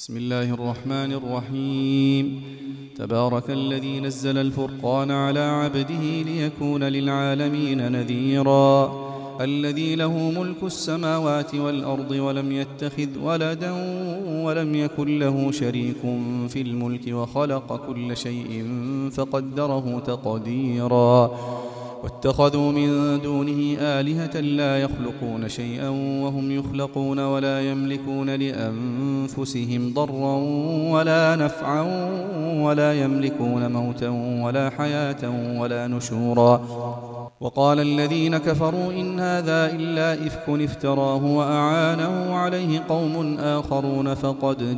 بسم الله الرحمن الرحيم. تبارك الذي نزل الفرقان على عبده ليكون للعالمين نذيرا. الذي له ملك السماوات والأرض ولم يتخذ ولدا ولم يكن له شريك في الملك وخلق كل شيء فقدره تقديرا. واتخذوا من دونه آلهة لا يخلقون شيئا وهم يخلقون ولا يملكون لأنفسهم ضرا ولا نفعا ولا يملكون موتا ولا حياة ولا نشورا. وقال الذين كفروا إن هذا إلا إفك افتراه وأعانه عليه قوم آخرون فقد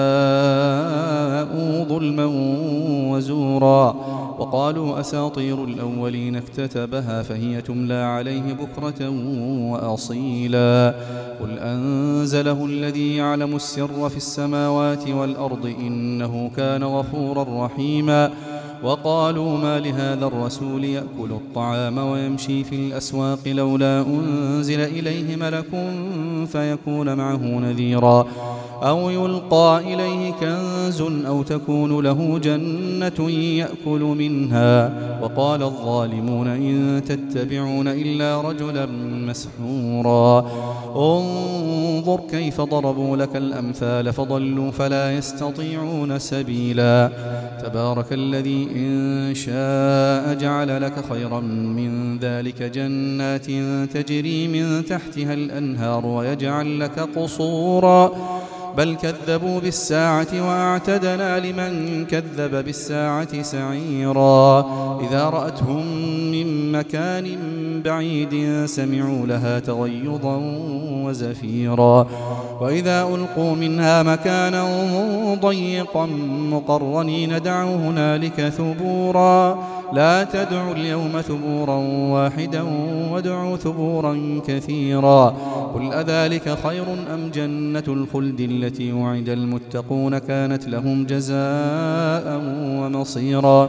جاءوا ظلما وزورا. وقالوا أساطير الأولين اكتتبها فهي تملى عليه بكرة وأصيلا. قل أنزله الذي يعلم السر في السماوات والأرض إنه كان غفورا رحيما. وقالوا ما لهذا الرسول يأكل الطعام ويمشي في الأسواق لولا أنزل إليه ملك فيكون معه نذيرا أو يلقى إليه كنز أو تكون له جنة يأكل منها. وقال الظالمون إن تتبعون إلا رجلا مسحورا. انظر كيف ضربوا لك الأمثال فضلوا فلا يستطيعون سبيلا. تبارك الذي إن شاء جعل لك خيرا من ذلك جنات تجري من تحتها الأنهار ويجعل لك قصورا بل كذبوا بالساعة وأعتدنا لمن كذب بالساعة سعيرا. إذا رأتهم من مكان بعيد سمعوا لها تغيظا وزفيرا. وإذا ألقوا منها مكانا ضيقا مقرنين دعوا هنالك ثبورا. لا تدعوا اليوم ثبورا واحدا وادعوا ثبورا كثيرا. قل أذلك خير أم جنة الخلد التي وعد المتقون كانت لهم جزاء ومصيرا.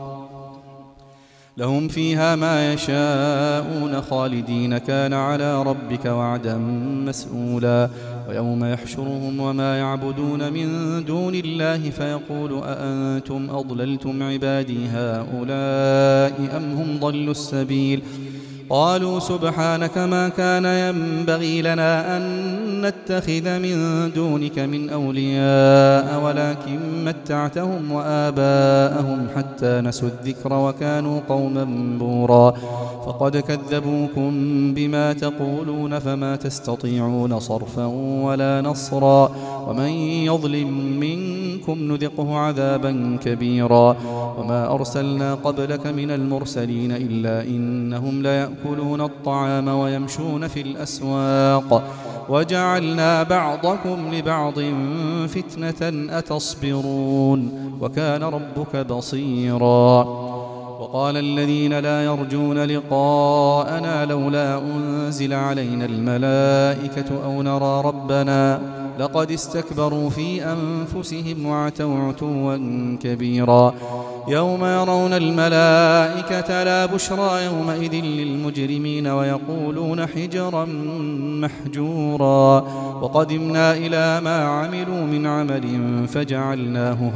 لهم فيها ما يشاءون خالدين كان على ربك وعدا مسئولا. ويوم يحشرهم وما يعبدون من دون الله فيقول أأنتم أضللتم عبادي هؤلاء أم هم ضلوا السبيل. قالوا سبحانك ما كان ينبغي لنا أن نتخذ من دونك من أولياء ولكن متعتهم وآباءهم حتى نسوا الذكر وكانوا قوما بورا. فقد كذبوكم بما تقولون فما تستطيعون صرفا ولا نصرا. ومن يظلم منكم نذقه عذابا كبيرا. وما أرسلنا قبلك من المرسلين إلا إنهم ليأكلون الطعام ويمشون في الأسواق وجعلنا بعضكم لبعض فتنة أتصبرون وكان ربك بصيرا. وقال الذين لا يرجون لقاءنا لولا أنزل علينا الملائكة أو نرى ربنا لقد استكبروا في أنفسهم وعتوا عتوا كبيرا. يوم يرون الملائكة لا بشرى يومئذ للمجرمين ويقولون حجرا محجورا. وقدمنا إلى ما عملوا من عمل فجعلناه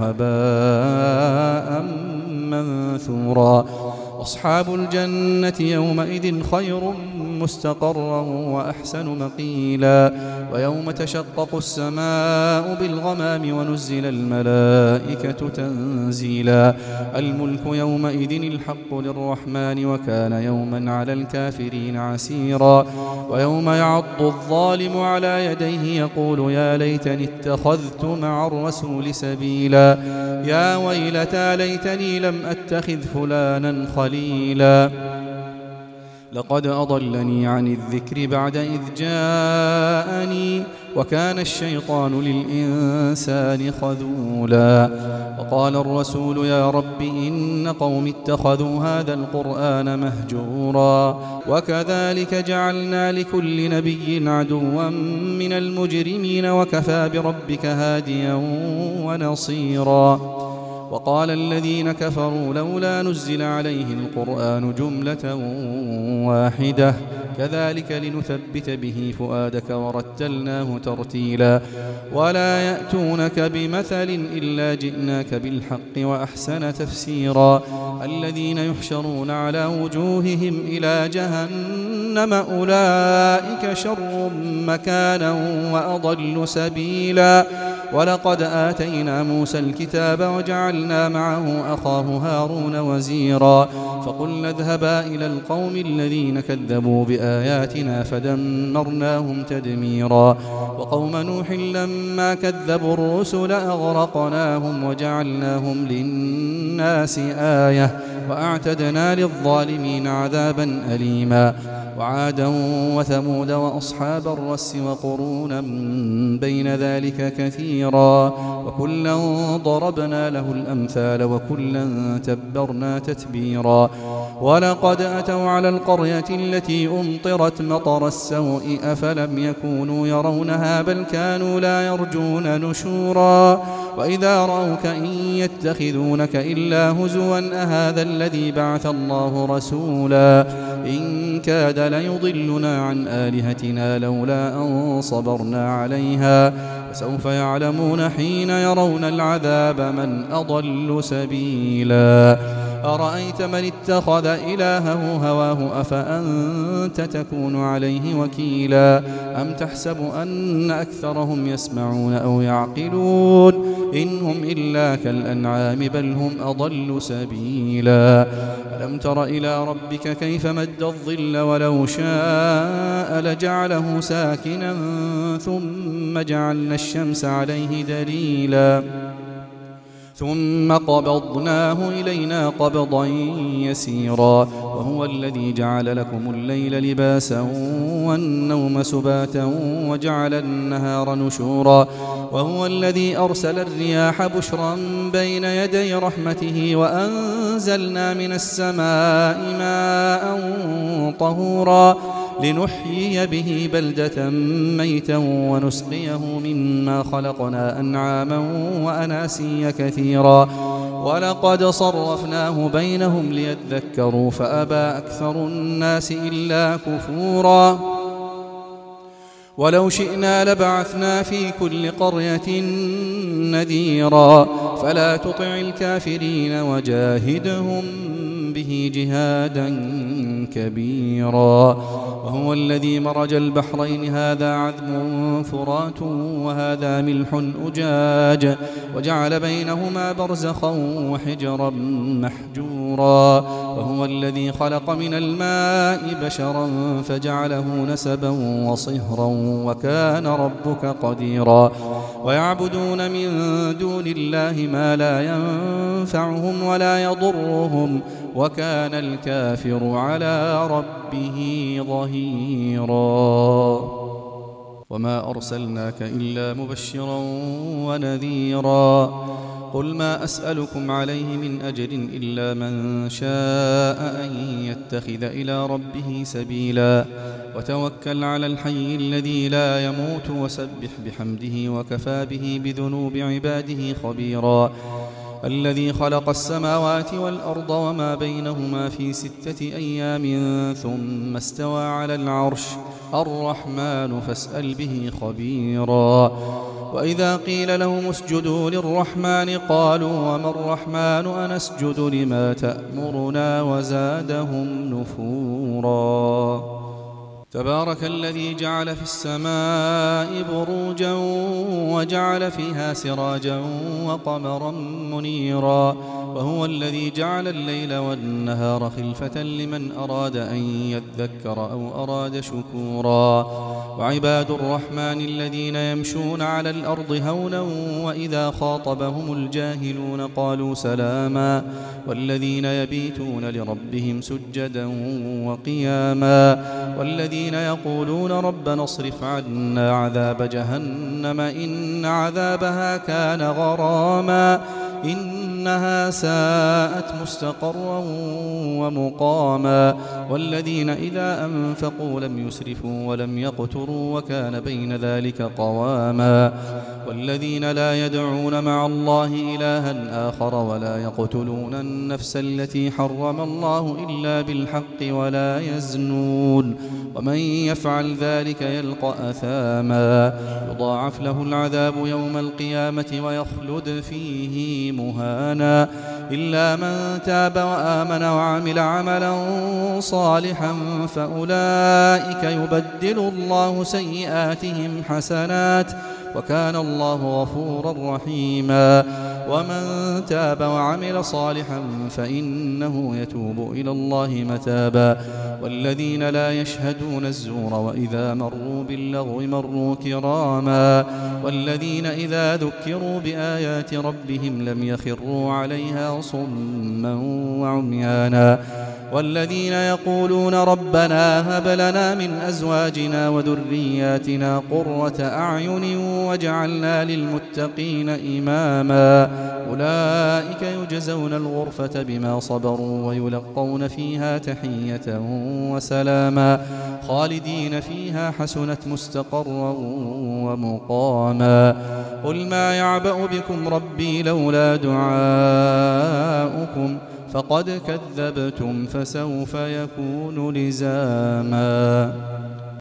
هباء منثورا. أصحاب الجنة يومئذ خير مستقرا وأحسن مقيلا. ويوم تشقق السماء بالغمام ونزل الملائكة تنزيلا. الملك يومئذ الحق للرحمن وكان يوما على الكافرين عسيرا. ويوم يعض الظالم على يديه يقول يا ليتني اتخذت مع الرسول سبيلا. يا ويلتى ليتني لم أتخذ فلانا خليلا. لقد أضلني عن الذكر بعد إذ جاءني وكان الشيطان للإنسان خذولا. وقال الرسول يا رب إن قوم اتخذوا هذا القرآن مهجورا. وكذلك جعلنا لكل نبي عدوا من المجرمين وكفى بربك هاديا ونصيرا. وقال الذين كفروا لولا نزل عليه القرآن جملة واحدة كذلك لنثبت به فؤادك ورتلناه ترتيلا ولا يأتونك بمثل إلا جئناك بالحق وأحسن تفسيرا الذين يحشرون على وجوههم إلى جهنم أولئك شر مكانا وأضل سبيلا ولقد آتينا موسى الكتاب وجعلنا معه أخاه هارون وزيرا فقلنا اذهبا إلى القوم الذين كذبوا بآياتنا فدمرناهم تدميرا وقوم نوح لما كذبوا الرسل أغرقناهم وجعلناهم للناس آية وأعتدنا للظالمين عذابا أليما وعادا وثمود وأصحاب الرس وقرونا بين ذلك كثيرا وكلا ضربنا له الأمثال وكلا تبرنا تتبيرا ولقد أتوا على القرية التي أمطرت مطر السوء أفلم يكونوا يرونها بل كانوا لا يرجون نشورا وإذا رأوك إن يتخذونك إلا هزوا أهذا الذي بعث الله رسولا إن كاد ليضلنا عن آلهتنا لولا أن صبرنا عليها وسوف يعلمون حين يرون العذاب من أضل سبيلا أرأيت من اتخذ إلهه هواه أفأنت تكون عليه وكيلا أم تحسب أن أكثرهم يسمعون أو يعقلون إن هم إلا كالأنعام بل هم أضل سبيلا ألم تر إلى ربك كيف مد الظل ولو شاء لجعله ساكنا ثم جعلنا الشمس عليه دليلا ثم قبضناه إلينا قبضا يسيرا وهو الذي جعل لكم الليل لباسا والنوم سباتا وجعل النهار نشورا وهو الذي أرسل الرياح بشرا بين يدي رحمته وأنزلنا من السماء ماء طهورا لنحيي به بلدة ميتا ونسقيه مما خلقنا أنعاما وأناسيا كثيرا ولقد صرفناه بينهم ليذكروا فأبى أكثر الناس إلا كفورا ولو شئنا لبعثنا في كل قرية نذيرا فلا تطع الكافرين وجاهدهم به جهادا كبيرا وهو الذي مرج البحرين هذا عذب فرات وهذا ملح أجاج وجعل بينهما برزخا وحجرا محجورا وهو الذي خلق من الماء بشرا فجعله نسبا وصهرا وكان ربك قديرا ويعبدون من دون الله ما لا ينفعهم ولا يضرهم وكان الكافر على ربه ظهيرا وما أرسلناك إلا مبشرا ونذيرا قل ما أسألكم عليه من أجر إلا من شاء أن يتخذ إلى ربه سبيلا وتوكل على الحي الذي لا يموت وسبح بحمده وكفى به بذنوب عباده خبيرا الذي خلق السماوات والأرض وما بينهما في 6 أيام ثم استوى على العرش الرحمن فاسأل به خبيرا وإذا قيل لهم اسجدوا للرحمن قالوا وما الرحمن أنسجد لما تأمرنا وزادهم نفورا تبارك الذي جعل في السماء بروجا وجعل فيها سراجا وقمرا منيرا وهو الذي جعل الليل والنهار خلفة لمن أراد أن يذكر أو أراد شكورا وعباد الرحمن الذين يمشون على الأرض هونا وإذا خاطبهم الجاهلون قالوا سلاما والذين يبيتون لربهم سجدا وقياما والذين يقولون ربنا اصرف عنا عذاب جهنم إن عذابها كان غراما إنها ساءت مستقرا ومقاما والذين إذا أنفقوا لم يسرفوا ولم يقتروا وكان بين ذلك قواما والذين لا يدعون مع الله إلها آخر ولا يقتلون النفس التي حرم الله إلا بالحق ولا يزنون ومن يفعل ذلك يلقى أثاما يضاعف له العذاب يوم القيامة ويخلد فيه مهانا إلا من تاب وآمن وعمل عملا صالحا فأولئك يبدل الله سيئاتهم حسنات وكان الله غفورا رحيما ومن تاب وعمل صالحا فإنه يتوب إلى الله متابا والذين لا يشهدون الزور وإذا مروا باللغو مروا كراما والذين إذا ذكروا بآيات ربهم لم يخروا عليها صما وعميانا والذين يقولون ربنا هب لنا من أزواجنا وذرياتنا قرة أعين واجعلنا للمتقين إماما أولئك يجزون الغرفة بما صبروا ويلقون فيها تحية وسلاما خالدين فيها حسنت مستقرا ومقاما قل ما يعبأ بكم ربي لولا دعاؤكم فقد كذبتم فسوف يكون لزاما.